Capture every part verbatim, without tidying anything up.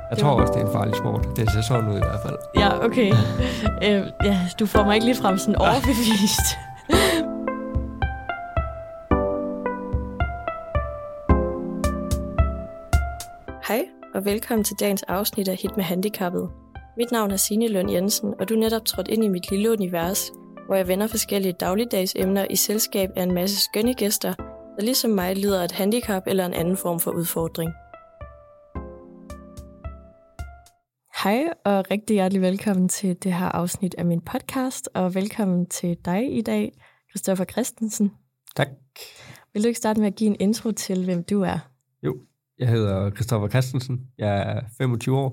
Jeg tror også, det er en farlig sport. Det ser sådan ud i hvert fald. Ja, okay. øh, ja, du får mig ikke lige frem sådan overbevist. Hej, og velkommen til dagens afsnit af Hit med Handicappet. Mit navn er Signe Løn Jensen, og du er netop trådt ind i mit lille univers, hvor jeg vender forskellige dagligdagsemner i selskab af en masse skønne gæster, der ligesom mig lider af et handicap eller en anden form for udfordring. Hej, og rigtig hjertelig velkommen til det her afsnit af min podcast, og velkommen til dig i dag, Christoffer Christensen. Tak. Vil du ikke starte med at give en intro til, hvem du er? Jo, jeg hedder Christoffer Christensen. Jeg er femogtyve år,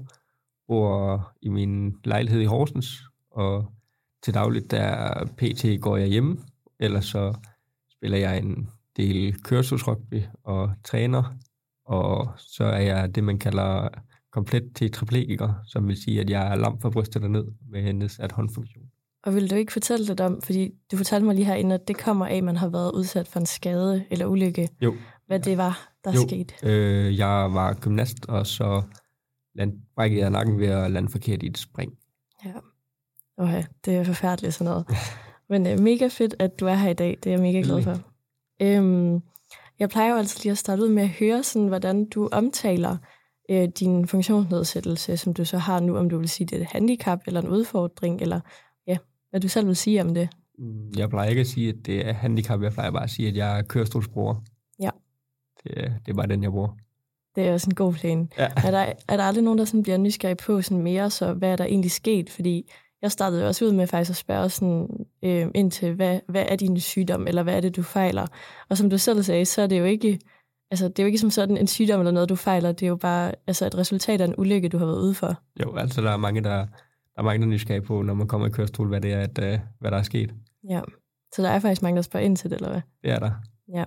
bor i min lejlighed i Horsens, og til dagligt der pt. Går jeg hjemme, ellers så spiller jeg en del kørselsrugby og træner, og så er jeg det, man kalder komplet tetraplegiker, som vil sige, at jeg er lam fra brystet og ned med nedsat håndfunktion. Og vil du ikke fortælle lidt om, fordi du fortalte mig lige herinde, at det kommer af, at man har været udsat for en skade eller ulykke. Jo. Hvad det var, der jo. skete? Øh, jeg var gymnast, og så land, brækkede jeg nakken ved at lande forkert i et spring. Ja, okay, det er forfærdeligt sådan noget. Men øh, mega fedt, at du er her i dag. Det er jeg mega glad for. Øhm, jeg plejer jo altid lige at starte ud med at høre, sådan, hvordan du omtaler øh, din funktionsnedsættelse, som du så har nu, om du vil sige, det er et handicap eller en udfordring, eller ja, hvad du selv vil sige om det. Jeg plejer ikke at sige, at det er handicap. Jeg plejer bare at sige, at jeg er kørestolsbruger. Ja. Det, det er bare den, jeg bruger. Det er også en god plan. Ja. Er, der, er der aldrig nogen, der sådan bliver nysgerrig på sådan mere, så hvad er der egentlig sket? Fordi jeg startede også ud med faktisk at spørge sådan, øh, ind til, hvad, hvad er din sygdom, eller hvad er det, du fejler? Og som du selv sagde, så er det jo ikke, altså, det er jo ikke som sådan en sygdom eller noget, du fejler. Det er jo bare altså, et resultat af en ulykke, du har været ude for. Jo, altså der er mange, der, der, er mange, der er nysgerrige på, når man kommer i kørestol, hvad det er, at, uh, hvad der er sket. Ja, så der er faktisk mange, der spørger ind til det, eller hvad? Det er der. Ja.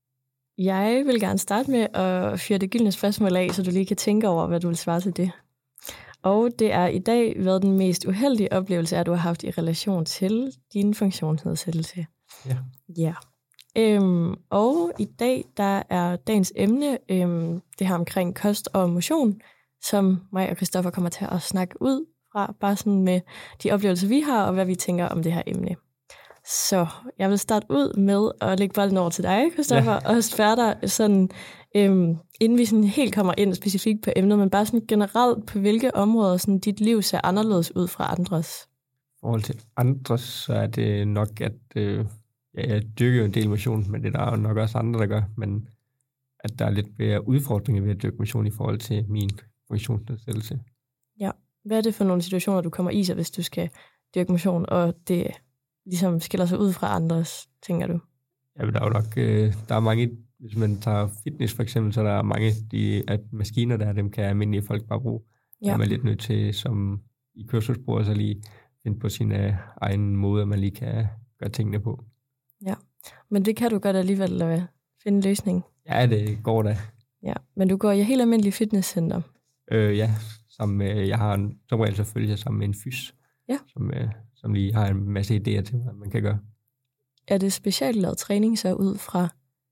Jeg vil gerne starte med at fyre det gyldne spørgsmål af, så du lige kan tænke over, hvad du vil svare til det. Og det er i dag, hvad den mest uheldige oplevelse er, du har haft i relation til din funktionsnedsættelse. Ja. Ja. Øhm, og i dag, der er dagens emne, øhm, det her omkring kost og motion, som mig og Christoffer kommer til at snakke ud fra, bare sådan med de oplevelser, vi har, og hvad vi tænker om det her emne. Så jeg vil starte ud med at lægge bolden over til dig, Christoffer, ja. Og spørge dig sådan, øhm, inden vi sådan helt kommer ind specifikt på emnet, men bare sådan generelt på hvilke områder sådan dit liv ser anderledes ud fra andres? I forhold til andres, så er det nok, at øh, ja, jeg dyrker jo en del motion, men det er der nok også andre, der gør, men at der er lidt mere udfordringer ved at dyrke motion i forhold til min funktionsnedsættelse. Ja, hvad er det for nogle situationer, du kommer i sig, hvis du skal dyrke motion, og det ligesom skiller sig ud fra andres, tænker du? Ja, der er jo nok, øh, der er mange, hvis man tager fitness for eksempel, så der er mange de, at maskiner der, dem kan almindelige folk bare bruge. Ja. Der er man lidt nødt til, som i kørselsbruger, så lige finde på sin øh, egen måde, at man lige kan gøre tingene på. Ja, men det kan du godt alligevel, eller hvad? Finde en løsning? Ja, det går da. Ja, men du går i helt almindelige fitnesscenter? Øh, ja, som, øh, jeg har en, som regel selvfølgelig sammen med en fys, ja. som, øh, som lige har en masse idéer til, hvad man kan gøre. Er det specielt lavet træning så ud fra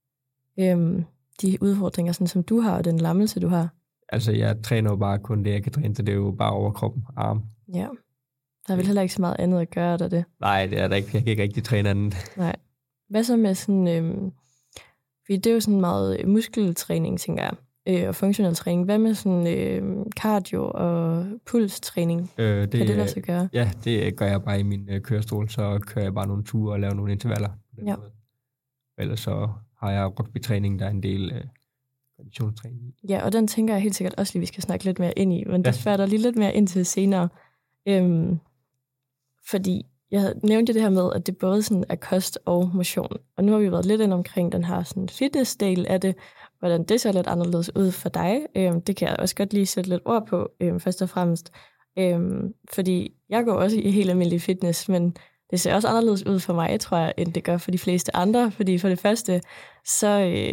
øhm, de udfordringer, sådan som du har, og den lammelse, du har? Altså, jeg træner jo bare kun det, jeg kan træne, så det er jo bare overkroppen og arm. Ja, der er vel heller ikke så meget andet at gøre, der det? Nej, det er der ikke. Jeg kan ikke rigtig træne andet. Nej. Hvad så med sådan, øhm, fordi det er jo sådan meget muskeltræning, tænker jeg, øh, og funktionel træning. Hvad med sådan øh, cardio og pulstræning? Øh, det, kan det lade sig gøre? Ja, det gør jeg bare i min øh, kørestol. Så kører jeg bare nogle ture og laver nogle intervaller. Ja. Ellers så har jeg rugbytræning, der er en del øh, konditionstræning. Ja, og den tænker jeg helt sikkert også lige, vi skal snakke lidt mere ind i. Men ja. Det spørger der lige lidt mere ind til senere. Øhm, fordi jeg nævnte det her med, at det både sådan er kost og motion. Og nu har vi været lidt ind omkring den her sådan fitness-del af det, hvordan det ser lidt anderledes ud for dig. Øhm, det kan jeg også godt lige sætte lidt ord på, øhm, først og fremmest. Øhm, fordi jeg går også i helt almindelig fitness, men det ser også anderledes ud for mig, tror jeg, end det gør for de fleste andre. Fordi for det første, så, øh,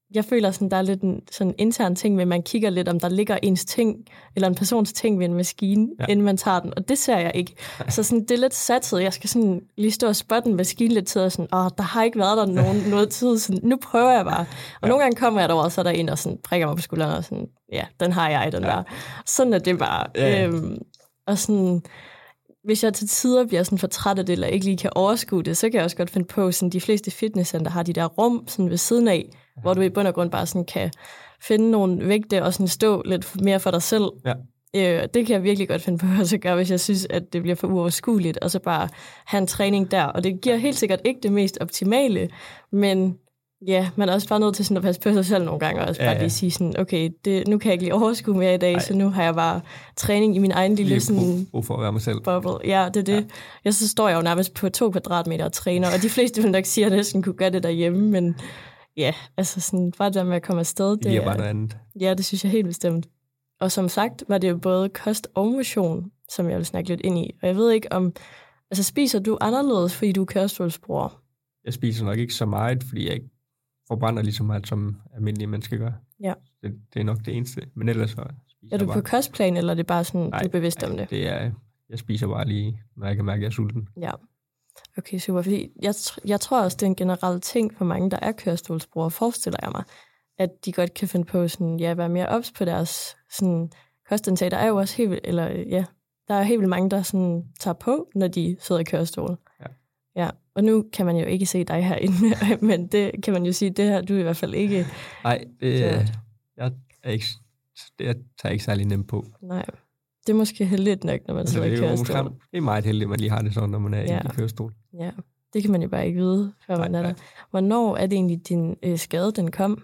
jeg føler, sådan, der er lidt en sådan intern ting, men man kigger lidt, om der ligger ens ting, eller en persons ting ved en maskine, ja. Inden man tager den, og det ser jeg ikke. Nej. Så sådan, det er lidt satset. Jeg skal sådan lige stå og spotte en maskine lidt tid, og sådan, åh, der har ikke været der nogen, noget tid, så nu prøver jeg bare. Og ja. Nogle gange kommer jeg derover, og så er der en, der sådan prikker mig på skulderen, og sådan, ja, den har jeg, den ja. Der. Sådan er det bare. Ja. Øhm, og sådan... Hvis jeg til tider bliver sådan for træt af det, eller ikke lige kan overskue det, så kan jeg også godt finde på, sådan de fleste fitnesscenter har de der rum sådan ved siden af, ja. Hvor du i bund og grund bare sådan kan finde nogle vægte og sådan stå lidt mere for dig selv. Ja. Øh, det kan jeg virkelig godt finde på at så gøre, hvis jeg synes, at det bliver for uoverskueligt, og så bare have en træning der. Og det giver helt sikkert ikke det mest optimale, men ja, man er også bare nødt til sådan at passe på sig selv nogle gange, og også ja, bare lige ja. Sige sådan, okay, det, nu kan jeg ikke lige overskue mere i dag, Ej. Så nu har jeg bare træning i min egen lille sådan... brug for at være mig selv. Bubble. Ja, det er det. Ja. Jeg så står jeg jo nærmest på to kvadratmeter og træner, og de fleste vil nok sige, at jeg næsten kunne gøre det derhjemme, men ja, altså sådan, bare det der med at komme afsted, det, det er bare noget andet. Ja, det synes jeg helt bestemt. Og som sagt, var det jo både kost og motion, som jeg vil snakke lidt ind i, og jeg ved ikke om, altså spiser du anderledes, fordi du er kørestolsbruger? Jeg spiser nok ikke så meget, fordi jeg ikke forbrænder lige så meget, som almindelige mennesker gør. Ja. Det, det er nok det eneste. Men ellers så spiser Er du bare... på kostplan, eller er det bare sådan, nej, du er bevidst nej, om det? det er, jeg spiser bare lige, når jeg kan mærke, at jeg er sulten. Ja. Okay, super. Fordi jeg, jeg tror også, det er en generel ting for mange, der er kørestolsbrugere, forestiller jeg mig, at de godt kan finde på sådan, ja, at være mere ops på deres sådan, kostindtag. Der er jo også helt vildt, eller ja, der er helt vildt mange, der sådan, tager på, når de sidder i kørestol. Ja. Ja. Og nu kan man jo ikke se dig herinde, men det kan man jo sige, det her, du er i hvert fald ikke... Nej, det, jeg, er ikke, det jeg tager ikke særlig nemt på. Nej, det er måske heldigt nok, når man altså, sidder i kørestol. Det er meget heldigt, at man lige har det sådan, når man er ja. i kørestol. Ja, det kan man jo bare ikke vide, før man nej, er der. Hvornår er det egentlig, din øh, skade, den kom?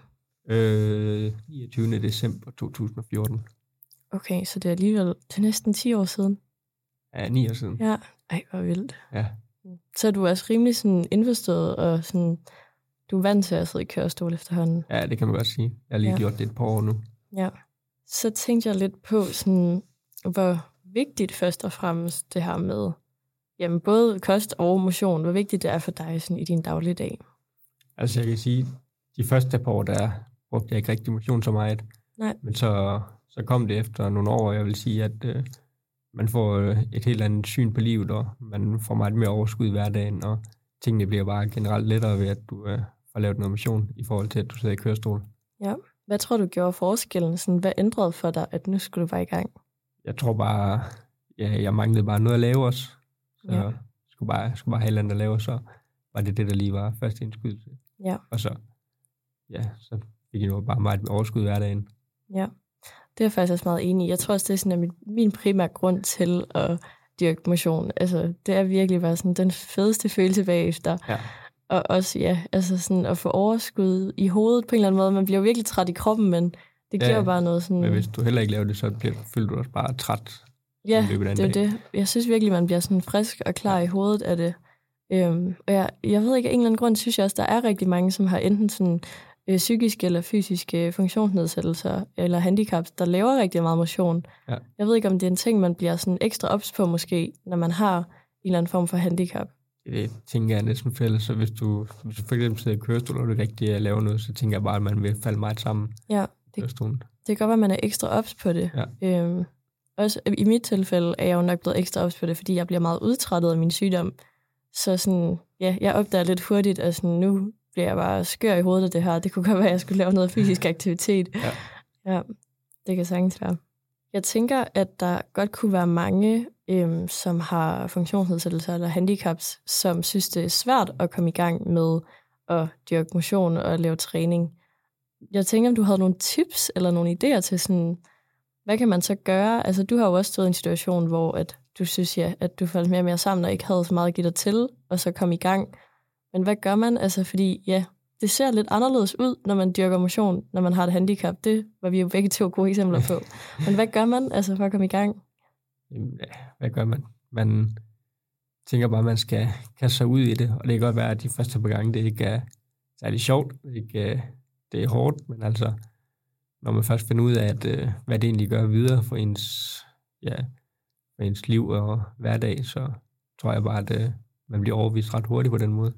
Øh, niogtyvende december to tusind og fjorten. Okay, så det er alligevel til næsten ti år siden? Ja, ni år siden. Ja, ej, hvor vildt. Ja. Så er du også rimelig sådan indforstået, og sådan, du er vant til at sidde i kørestol efterhånden. Ja, det kan man godt sige. Jeg har lige ja. gjort det et par år nu. Ja. Så tænkte jeg lidt på, sådan, hvor vigtigt først og fremmest det her med jamen, både kost og motion, hvor vigtigt det er for dig sådan, i din dagligdag. Altså jeg kan sige, de første par år, der brugte jeg ikke rigtig motion så meget. Nej. Men så, så kom det efter nogle år, og jeg vil sige, at øh, man får et helt andet syn på livet, og man får meget mere overskud i hverdagen, og tingene bliver bare generelt lettere ved, at du øh, får lavet noget motion i forhold til, at du sidder i kørestol. Ja. Hvad tror du gjorde forskellen? Sådan, hvad ændrede for dig, at nu skulle du bare i gang? Jeg tror bare, ja, jeg manglede bare noget at lave også. Så ja. jeg skulle bare, jeg skulle bare have et eller andet at lave, så var det det, der lige var første indskud til. Ja. Og så, ja, så fik jeg nu bare meget overskud i hverdagen. Ja, det er jeg faktisk også meget enig i. Jeg tror også, det er sådan, at min, min primære grund til at dyrke motion. Altså, det er virkelig bare sådan den fedeste følelse bagefter. Ja. Og også, ja, altså sådan at få overskud i hovedet på en eller anden måde. Man bliver jo virkelig træt i kroppen, men det giver ja, bare noget sådan... Men hvis du heller ikke laver det, så bliver, føler du også bare træt. Ja, det er det. Jeg synes virkelig, man bliver sådan frisk og klar ja. i hovedet af det. Øhm, og jeg, jeg ved ikke, af en eller anden grund synes jeg også, der er rigtig mange, som har enten sådan øh, psykiske eller fysiske funktionsnedsættelser eller handicaps, der laver rigtig meget motion. Ja. Jeg ved ikke, om det er en ting, man bliver sådan ekstra ops på måske, når man har en eller anden form for handicap. Det tænker jeg næsten fælles, så hvis du, hvis du for eksempel sidder i kørestol, og du rigtig laver noget, så tænker jeg bare, at man vil falde meget sammen. Ja, det, det kan godt være, at man er ekstra ops på det. Ja. Øhm, også i mit tilfælde er jeg jo nok blevet ekstra ops på det, fordi jeg bliver meget udtrættet af min sygdom. Så sådan, ja, jeg opdager lidt hurtigt, at sådan, nu bliver jeg bare skør i hovedet af det her. Det kunne godt være, at jeg skulle lave noget fysisk aktivitet. Ja, ja det kan sagtens være. Jeg tænker, at der godt kunne være mange, øhm, som har funktionsnedsættelser eller handicaps, som synes, det er svært at komme i gang med at dyrke motion og lave træning. Jeg tænker, om du havde nogle tips eller nogle idéer til sådan, hvad kan man så gøre? Altså, du har jo også stået i en situation, hvor at du synes, ja, at du faldt mere og mere sammen og ikke havde så meget at give dig til, og så kom i gang. Men hvad gør man? Altså, fordi ja, det ser lidt anderledes ud, når man dyrker motion, når man har et handicap. Det var vi jo begge to gode eksempler på. Men hvad gør man altså, for at komme i gang? Jamen, ja, hvad gør man? Man tænker bare, at man skal kaste sig ud i det, og det kan godt være, at de første par gange, det ikke er særlig sjovt, det, ikke, det er hårdt, men altså, når man først finder ud af, at, hvad det egentlig gør videre for ens, ja, for ens liv og hverdag, så tror jeg bare, at man bliver overbevist ret hurtigt på den måde.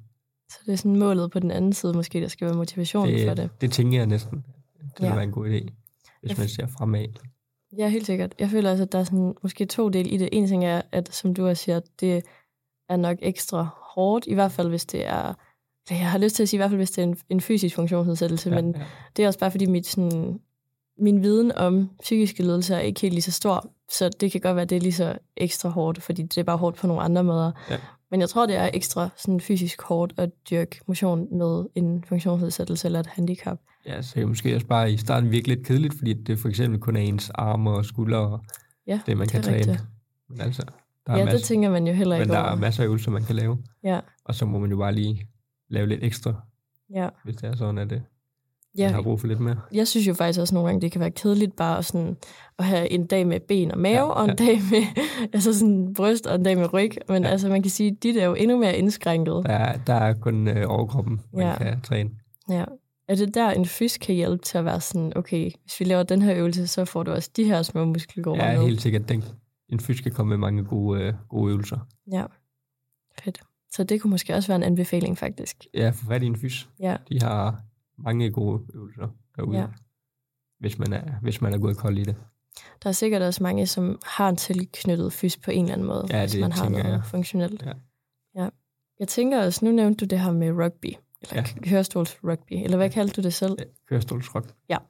Så det er sådan målet på den anden side, måske der skal være motivation det, for det. Det tænker jeg næsten. Det vil Ja. være en god idé, hvis Jeg man ser fremad. Ja, helt sikkert. Jeg føler også, at der er sådan, måske to dele i det. En ting er, at som du også siger, det er nok ekstra hårdt, i hvert fald hvis det er, jeg har lyst til at sige, i hvert fald hvis det er en, en fysisk funktionsnedsættelse, Ja, men ja. det er også bare fordi mit, sådan, min viden om psykiske lidelser er ikke helt lige så stor, så det kan godt være, at det er lige så ekstra hårdt, fordi det er bare hårdt på nogle andre måder. Ja. Men jeg tror, det er ekstra sådan, fysisk hårdt at dyrke motion med en funktionsnedsættelse eller et handicap. Ja, så det er måske også bare i starten virkelig lidt kedeligt, fordi det for eksempel kun er ens arme og skuldre og Ja, det, man det kan er træne. rigtigt. Men altså, der er Ja, masser, det tænker man jo heller ikke men der over. er masser af øvelser, man kan lave. Ja, Og så må man jo bare lige lave lidt ekstra, ja. hvis det er sådan, at det, Ja, man har brug for lidt mere. jeg synes jo faktisk også nogle gange, det kan være kedeligt bare sådan at have en dag med ben og mave, Ja, ja, og en ja. dag med altså sådan bryst, og en dag med ryg. Men Ja. ja. altså, man kan sige, at de er jo endnu mere indskrænket. Der er, der er kun øh, overkroppen, man Ja. kan træne. Ja. Er det der, en fys kan hjælpe til at være sådan, okay, hvis vi laver den her øvelse, så får du også de her små muskelgrupper Jeg er med. helt sikkert, den, en fys kan komme med mange gode, øh, gode øvelser. Ja, fedt. Så det kunne måske også være en anbefaling, faktisk. Ja, få fat i en fys. Ja, De har mange gode øvelser derude, Ja. hvis, man er, hvis man er gået kold i det. der er sikkert også mange, som har en tilknyttet fys på en eller anden måde, Ja, hvis det man har tænker noget jeg. funktionelt. Ja. Ja. Jeg tænker også, nu nævnte du det her med rugby, eller Ja. ja. kørestols-rugby, eller hvad kaldte du det selv? Ja, kørestolsrock.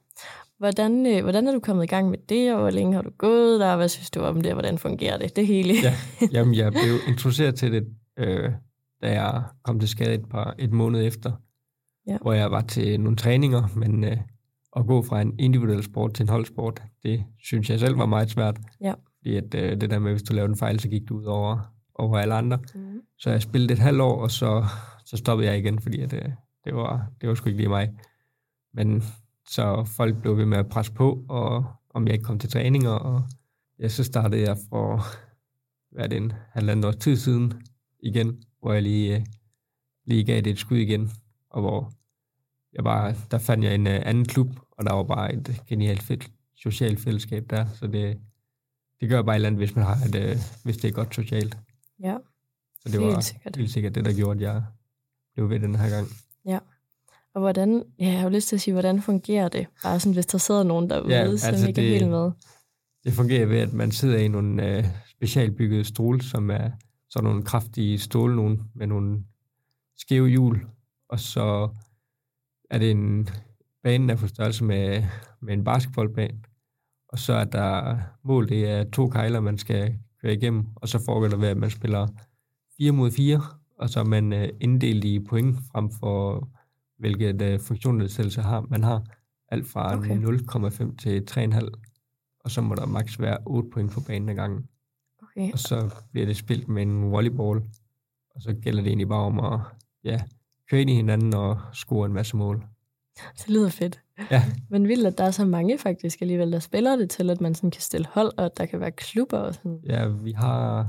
Hvordan, øh, hvordan er du kommet i gang med det, og hvor længe har du gået der, og hvad synes du om det, og hvordan fungerer det? Det hele. Ja, jamen, jeg blev introduceret til det, øh, da jeg kom til skade et, par, et måned efter, Ja. hvor jeg var til nogle træninger, men øh, at gå fra en individuel sport til en holdsport, det synes jeg selv var meget svært. Ja. Fordi at, øh, det der med, hvis du lavede en fejl, så gik du ud over, over alle andre. Mm. Så jeg spillede et halvt år, og så, så stoppede jeg igen, fordi at, øh, det, var, det var sgu ikke lige mig. Men så folk blev ved med at presse på, og om jeg ikke kom til træninger, og ja, så startede jeg for, hvad er det, en halvandet års tid siden igen, hvor jeg lige, øh, lige gav det et skud igen, og hvor jeg bare, der fandt jeg en uh, anden klub, og der var bare et genialt fedt socialt fællesskab der, så det, det gør bare et eller andet, hvis man har et, uh, hvis det er godt socialt. Ja, Så det var helt sikkert. helt sikkert det, der gjorde, at jeg blev ved den her gang. Og hvordan, ja, jeg har jo lyst til at sige, hvordan fungerer det? Bare sådan, hvis der sidder nogen derude, Ja, ja, altså som ikke det- er helt med. Det fungerer ved, at man sidder i nogle uh, specialbyggede stole, som er sådan nogle kraftige stole, nogle, med nogle skæve hjul, og så er det en bane, der er på størrelse med, med en basketballbane, og så er der mål, det er to kejler, man skal køre igennem, og så foregår det ved, at man spiller fire mod fire, og så er man uh, inddelt i point frem for, hvilket uh, funktionsnedsættelse har, man har. Alt fra Okay. nul komma fem til tre komma fem, og så må der maks være otte point på banen ad gangen. Okay. Og så bliver det spillet med en volleyball, og så gælder det egentlig bare om at ja, køre ind i hinanden og score en masse mål. Det lyder fedt. Ja, Men vildt, at der er så mange faktisk alligevel, der spiller det til, at man sådan kan stille hold, og at der kan være klubber og sådan. ja vi har,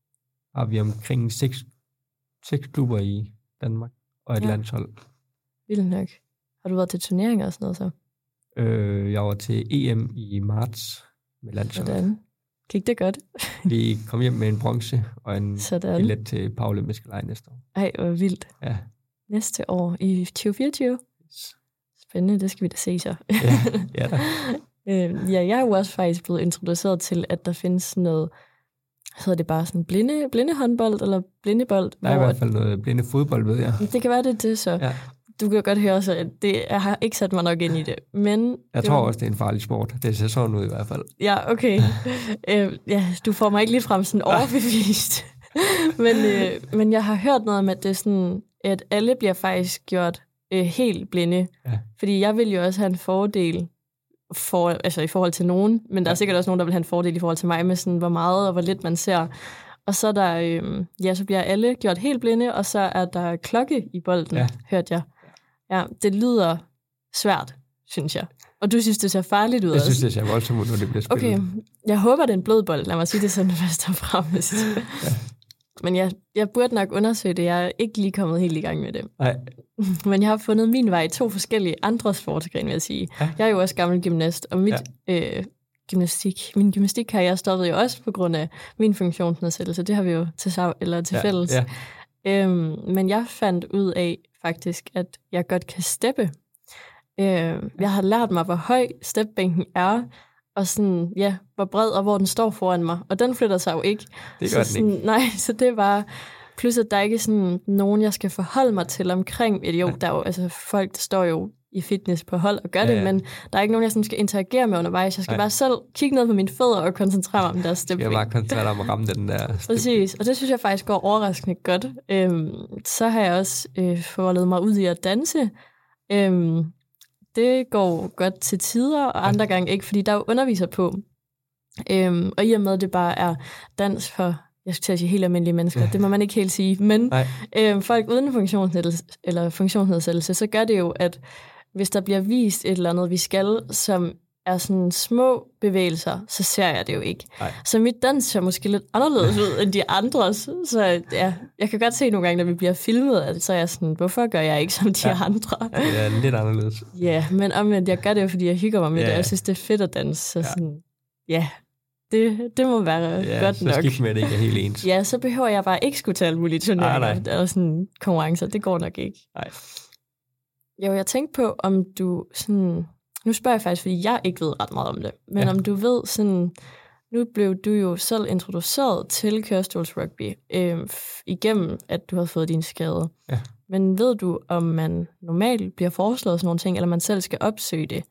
har vi omkring seks, seks klubber i Danmark, og et Ja. ja. landshold. Vildt nok. Har du været til turneringer og sådan noget så? Øh, jeg var til E M i marts med landsholdet. Hvordan? Gik det godt? Vi kom hjem med en bronze og en Sådan. billet til Paralympiske lege næste år. Ej, hvor vildt. Ja. Næste år i tyve fireogtyve. Spændende, det skal vi da se så. Ja, ja da. Øh, ja, jeg er jo også faktisk blevet introduceret til, at der findes sådan noget, hedder det bare sådan blinde, blinde håndbold eller blindebold? Der er i hvert fald noget blinde fodbold, ved jeg. Det kan være, det er det så. Ja. Du kan godt høre så, at det, jeg har ikke sat mig nok ind i det. Men Jeg det tror var- også, det er en farlig sport. Det ser sådan ud i hvert fald. Ja, okay. øh, ja, du får mig ikke lige frem sådan overbevist. men, øh, men jeg har hørt noget om, at det er sådan, at alle bliver faktisk gjort øh, helt blinde. Ja. Fordi jeg vil jo også have en fordel for, altså i forhold til nogen, men der er Ja. sikkert også nogen, der vil have en fordel i forhold til mig med sådan, hvor meget og hvor lidt man ser. Og så, er der, øh, ja, så bliver alle gjort helt blinde, og så er der klokke i bolden, Ja. ja. hørte jeg. Ja, det lyder svært, synes jeg. Og du synes, det ser farligt ud Jeg også. synes, det ser voldsomt ud, når det bliver spillet. Okay, jeg håber, det er en blodbold. Lad mig sige det sådan først og fremmest. Ja. Men jeg, jeg burde nok undersøge det. Jeg er ikke lige kommet helt i gang med det. Nej, Men jeg har fundet min vej i to forskellige andre sportsgrene, vil jeg sige. Ja. Jeg er jo også gammel gymnast, og mit ja. øh, gymnastik, min gymnastikkarriere stoppede jo også på grund af min funktionsnedsættelse. Det har vi jo til, sav- eller til ja, fælles. ja. Øhm, men jeg fandt ud af faktisk, at jeg godt kan steppe. Øhm, jeg har lært mig, hvor høj stepbænken er, og sådan, ja, hvor bred og hvor den står foran mig. Og den flytter sig jo ikke. Det gør så den sådan, nej, så det var... Plus, at der ikke er sådan nogen, jeg skal forholde mig til omkring. Jo, der er jo altså, folk, der står jo i fitness på hold og gør ja, ja. det, men der er ikke nogen, jeg sådan skal interagere med undervejs. Jeg skal nej. bare selv kigge ned på mine fødder og koncentrere mig om deres step. Jeg skal bare koncentrere mig om at ramme den der step. Præcis, og det synes jeg faktisk går overraskende godt. Øhm, så har jeg også øh, forholdet mig ud i at danse. Øhm, det går godt til tider, og andre ja. gange ikke, fordi der er jo underviser på. Øhm, og i og med, at det bare er dans for... Jeg skulle til at sige helt almindelige mennesker, det må man ikke helt sige, men øh, folk uden funktionsnedsættelse, eller funktionsnedsættelse, så gør det jo, at hvis der bliver vist et eller andet, vi skal, som er sådan små bevægelser, så ser jeg det jo ikke. Nej. Så mit dans ser måske lidt anderledes ud end de andres, så ja, jeg kan godt se nogle gange, når vi bliver filmet, at så er jeg sådan, hvorfor gør jeg ikke som de ja. andre? Det er lidt anderledes. Ja, men omvendt, jeg gør det jo, fordi jeg hygger mig med ja. det, og jeg synes, det er fedt at danse, så ja. sådan, ja... Det, det må være ja, godt så nok. Ja, så skidt med, at det ikke er helt ens. Ja, så behøver jeg bare ikke skulle til alle mulige turneringer eller sådan konkurrencer. Det går nok ikke. Nej. Jo, jeg tænkte på, om du sådan... Nu spørger jeg faktisk, fordi jeg ikke ved ret meget om det. Men ja. om du ved sådan... Nu blev du jo selv introduceret til kørestolsrugby øh, igennem, at du havde fået din skade. Ja. Men ved du, om man normalt bliver foreslået sådan nogle ting, eller man selv skal opsøge det?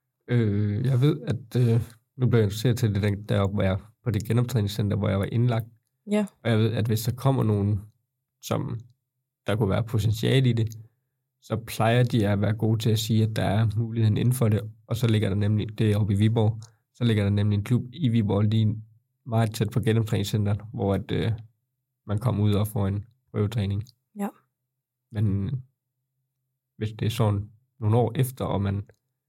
Øh, jeg ved, at... Øh... Nu blev jeg interesseret til det deroppe, hvor jeg på det genoptræningscenter, hvor jeg var indlagt. Ja. Og jeg ved, at hvis der kommer nogen, som der kunne være potentiale i det, så plejer de at være gode til at sige, at der er muligheden inden for det. Og så ligger der nemlig, det er oppe i Viborg, så ligger der nemlig en klub i Viborg lige meget tæt på genoptræningscenteret, hvor at, øh, man kommer ud og får en prøvetræning. Ja. Men hvis det er sådan nogle år efter, og man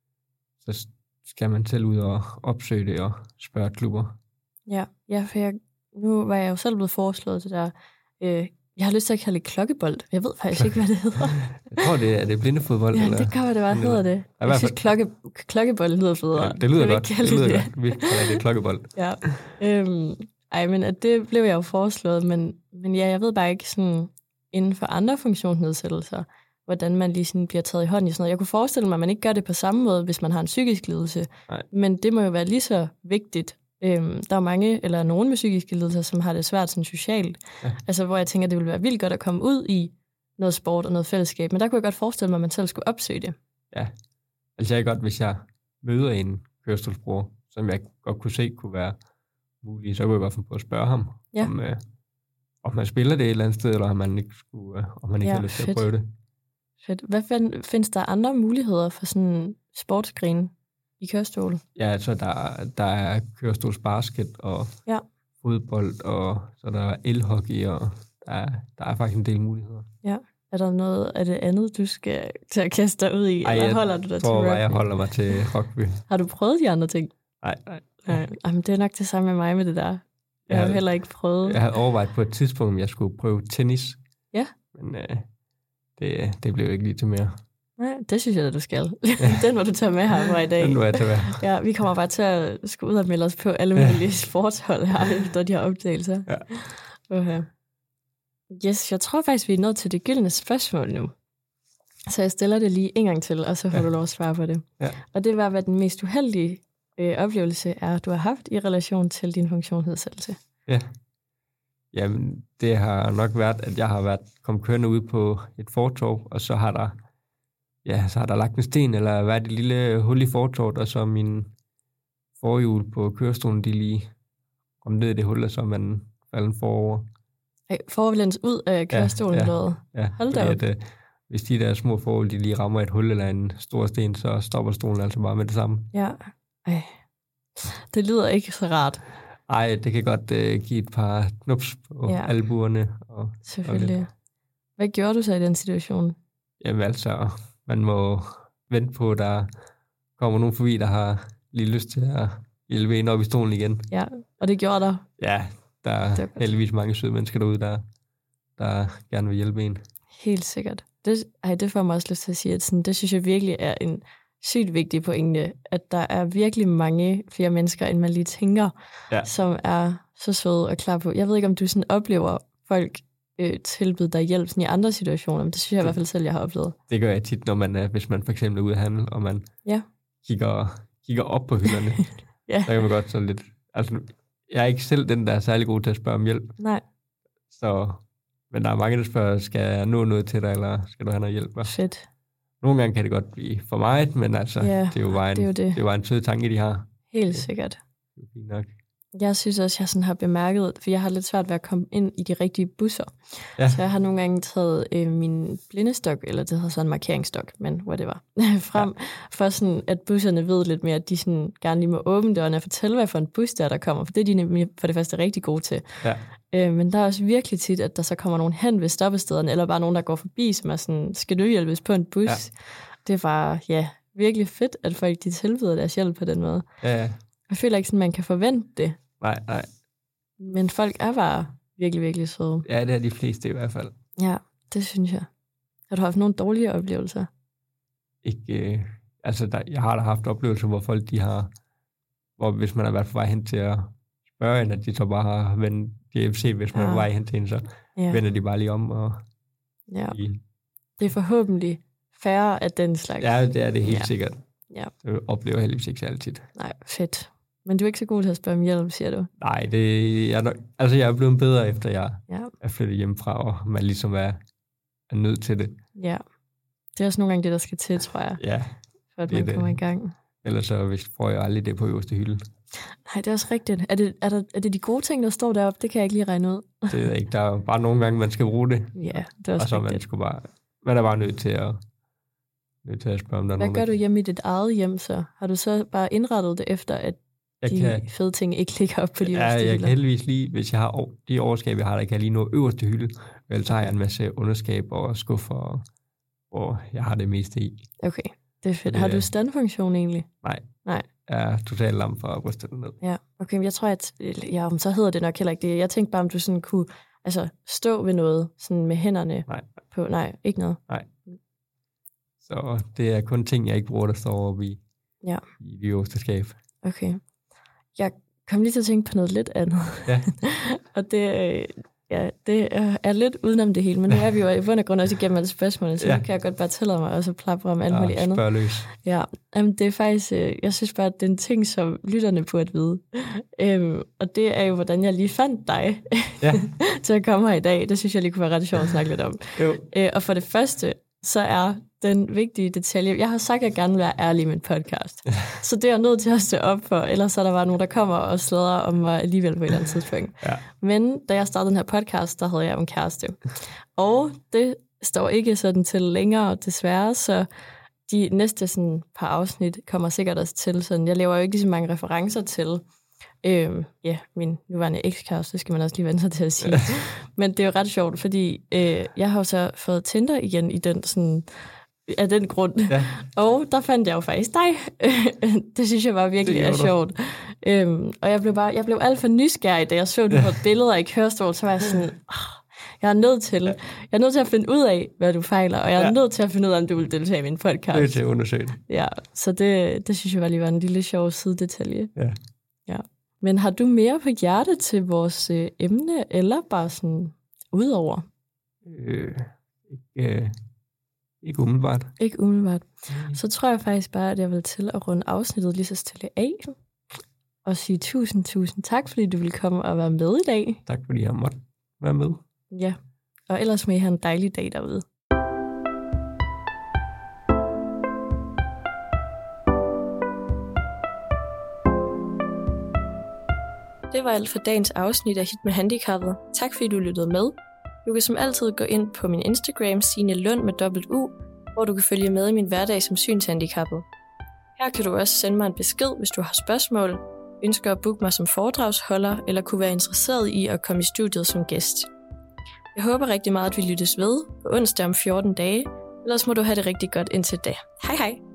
så skal man selv ud og opsøge det og spørge klubber. Ja, ja, for jeg, nu var jeg jo selv blevet foreslået det der. Øh, jeg har lyst til at kalde det klokkebold. Jeg ved faktisk ikke, hvad det hedder. Jeg tror, det er, det er blindefodbold. Ja, eller? det kan det bare hedder det. Jeg, jeg synes, klokke, klokkebold lyder federe. Ja, det lyder godt. Det lyder det. godt. Vi kalder det klokkebold. Ja. Øhm, ej, men at det blev jeg jo foreslået, men, men ja, jeg ved bare ikke sådan, inden for andre funktionsnedsættelser, hvordan man lige sådan bliver taget i hånden i sådan noget. Jeg kunne forestille mig, at man ikke gør det på samme måde, hvis man har en psykisk lidelse. Nej. Men det må jo være lige så vigtigt. Øhm, der er mange, eller nogen med psykiske lidelser, som har det svært sådan socialt. Ja. Altså, hvor jeg tænker, at det ville være vildt godt at komme ud i noget sport og noget fællesskab. Men der kunne jeg godt forestille mig, at man selv skulle opsøge det. Ja. Altså, jeg er godt, hvis jeg møder en kørestolsbruger, som jeg godt kunne se kunne være mulig, så kunne jeg godt finde på at spørge ham, ja. om, øh, om man spiller det et eller andet sted, eller om man ikke, skulle, øh, om man ikke ja, har lyst til at prøve det. Fedt. Hvad find, findes der andre muligheder for sådan sportsgren i kørestol? Ja, altså der, der er kørestolsbasket og ja. fodbold, og så der er elhockey, og der er, der er faktisk en del muligheder. Ja. Er der noget af det andet, du skal til at kaste dig ud i, Ej, eller holder du dig tror, til rugby? Jeg holder mig til rugby. Har du prøvet de andre ting? Nej, nej. nej. Jamen, det er nok det samme med mig med det der. Jeg, jeg har heller ikke prøvet. Jeg havde overvejet på et tidspunkt, om jeg skulle prøve tennis. Ja. Men øh, det, det blev ikke lige til mere. Nej, det synes jeg, at du skal. Den må du tage med her i dag. Den må jeg tage med. Ja, vi kommer bare til at skulle ud og melde os på alle mulige sportshold her, efter de her opdagelser. Ja. Okay. Yes, jeg tror faktisk, vi er nået til det gyldne spørgsmål nu. Så jeg stiller det lige en gang til, og så får ja. du lov at svare på det. Ja. Og det var, hvad den mest uheldige øh, oplevelse er, du har haft i relation til din funktionsnedsættelse. Ja. Jamen, det har nok været, at jeg har været kommet kørende ud på et fortov, og så har der, ja, så har der lagt en sten, eller været et lille hul i fortovet, og så min forhjul på kørestolen, de lige kom ned i det hul, og så er man falden forover. Ej, forlæns ud af kørestolen, ja, ja, ja, hold da op. At, uh, hvis de der små forhjul, de lige rammer et hul eller en stor sten, så stopper stolen altså bare med det samme. Ja, ej. Det lyder ikke så rart. Ej, det kan godt uh, give et par knups på ja. albuerne. Og, selvfølgelig. Og hvad gjorde du så i den situation? Jamen altså, man må vente på, at der kommer nogen forbi, der har lige lyst til at hjælpe en op i stolen igen. Ja, og det gjorde der? Ja, der er heldigvis mange søde mennesker derude, der, der gerne vil hjælpe en. Helt sikkert. Det, ej, det får mig også lyst til at sige, at sådan, det synes jeg virkelig er en sygt vigtig pointe, at der er virkelig mange flere mennesker, end man lige tænker, ja. som er så søde og klar på. Jeg ved ikke, om du sådan oplever folk øh, tilbyde dig hjælp sådan i andre situationer, men det synes jeg i hvert fald selv, jeg har oplevet. Det gør jeg tit, når man er, hvis man for eksempel er ude at handle, og man ja. kigger, kigger op på hylderne. ja. Så kan man godt sådan lidt... Altså, jeg er ikke selv den, der er særlig god til at spørge om hjælp. Nej. Så, men der er mange, der spørger, skal jeg nå noget til dig, eller skal du have noget hjælp? Fedt. Nogle gange kan det godt blive for meget, men altså, ja, det er jo bare en, det er jo det. Det er bare en sød tanke, de har. Helt sikkert. Det er fint nok. Jeg synes også, jeg sådan har bemærket, for jeg har lidt svært ved at komme ind i de rigtige busser. Ja. Så jeg har nogle gange taget øh, min blindestok, eller det hedder sådan en markeringsstok, men whatever, frem, ja. For sådan, at busserne ved lidt mere, at de sådan gerne lige må åbne dørene og fortælle, hvad for en bus der, der kommer, for det er de nemlig for det første rigtig gode til. Ja. Øh, men der er også virkelig tit, at der så kommer nogen hen ved stoppestederne, eller bare nogen, der går forbi, som er sådan, skal du hjælpes på en bus? Ja. Det er bare, ja, virkelig fedt, at folk de tilbyder deres hjælp på den måde. Ja, ja. Jeg føler ikke sådan, man kan forvente det. Nej, nej. Men folk er bare virkelig, virkelig søde. Ja, det er de fleste i hvert fald. Ja, det synes jeg. Har du haft nogle dårlige oplevelser? Ikke, øh, altså der, jeg har da haft oplevelser, hvor folk de har, hvor hvis man har været på vej hen til at spørge en, at de så bare har vendt D F C, hvis man ja. er på vej hen til en, så ja. vender de bare lige om. Og ja. de, det er forhåbentlig færre af den slags. Ja, det er det helt ja. sikkert. Ja. Det oplever jeg heldigvis ikke særlig tit. Nej, fedt. Men du er ikke så god til at spørge om hjælp, siger du? Nej, det, jeg, nok, altså jeg er blevet bedre, efter jeg ja. er flyttet hjemmefra, og man ligesom er, er nødt til det. Ja, det er også nogle gange det, der skal til, tror jeg. Ja. For at man kommer i gang. Ellers så hvis, får jeg aldrig det på øverste hylde. Nej, det er også rigtigt. Er det, er, der, er det de gode ting, der står deroppe? Det kan jeg ikke lige regne ud. Det er ikke. Der er bare nogle gange, man skal bruge det. Ja, det er også og så rigtigt. Man, skulle bare, man er bare nødt til at, nødt til at spørge, om der er Hvad nogen, gør du hjemme i dit eget hjem så? Har du så bare indrettet det efter, at jeg de kan, fede ting ikke ligger op på de ja, øverste hylder? Jeg kan heldigvis lige, hvis jeg har de overskab, jeg har, der kan jeg lige nå øverste hylde. Ellers har jeg en masse underskaber og skuffer, hvor jeg har det meste i. Okay, det er fedt. Det, har du standfunktion egentlig? Nej. Nej. Jeg er totalt lam for at ryste det ned. Ja, okay, men jeg tror, at ja, så hedder det nok heller ikke det. Jeg tænkte bare, om du sådan kunne altså, stå ved noget sådan med hænderne nej. på. Nej, ikke noget. Nej. Så det er kun ting, jeg ikke bruger, der står oppe i, ja. i det øverste skab. Okay. Jeg kom lige til at tænke på noget lidt andet. Ja. og det, ja, det er lidt udenom det hele, men nu er vi jo i bund og grund også igennem alle spørgsmålene, så ja. nu kan jeg godt bare tillade mig også at plapre om alt ja, muligt andet. Spørgløs. Ja, jamen, det er faktisk, jeg synes bare, at det er en ting, som lytterne burde vide. Øhm, og det er jo, hvordan jeg lige fandt dig ja. til at komme her i dag. Det synes jeg lige kunne være ret sjovt at snakke lidt om. Jo. Øh, og for det første, så er den vigtige detalje, jeg har sagt, at jeg gerne vil være ærlig i min podcast. Så det er jeg nødt til at stå op for, ellers er der bare nogen, der kommer og sladrer om mig alligevel på et eller andet tidspunkt. Ja. Men da jeg startede den her podcast, der havde jeg en kæreste. Og det står ikke sådan til længere, desværre, så de næste sådan, par afsnit kommer sikkert også til. Sådan, jeg laver jo ikke lige så mange referencer til øhm, ja, min nuværende ekskæreste, det skal man også lige vende sig til at sige. Men det er jo ret sjovt, fordi øh, jeg har jo så fået Tinder igen i den sådan af den grund. Ja. Og der fandt jeg jo faktisk dig. Det synes jeg var virkelig er sjovt. Øhm, og jeg blev, bare, jeg blev alt for nysgerrig, da jeg så du havde billeder i kørestol, så var jeg sådan, oh, jeg er nødt til, jeg er nødt til at finde ud af, hvad du fejler, og jeg er ja. nødt til at finde ud af, om du vil deltage i min podcast. Det er til at undersøge det. Ja, så det, det synes jeg var lige var en lille sjov sidedetalje. Ja. Ja. Men har du mere på hjerte til vores øh, emne, eller bare sådan udover? Øh, ikke, øh, ikke umiddelbart. Ikke umiddelbart. Mm. Så tror jeg faktisk bare, at jeg vil til at runde afsnittet lige så stille af, og sige tusind, tusind tak, fordi du ville komme og være med i dag. Tak, fordi jeg måtte være med. Ja, og ellers må I have en dejlig dag derude. Det var alt for dagens afsnit af Hit med Handicappet. Tak fordi du lyttede med. Du kan som altid gå ind på min Instagram, Signe Lund med dobbelt U, hvor du kan følge med i min hverdag som synshandicappet. Her kan du også sende mig en besked, hvis du har spørgsmål, ønsker at booke mig som foredragsholder, eller kunne være interesseret i at komme i studiet som gæst. Jeg håber rigtig meget, at vi lyttes ved på onsdag om fjorten dage, ellers må du have det rigtig godt indtil da. Hej hej!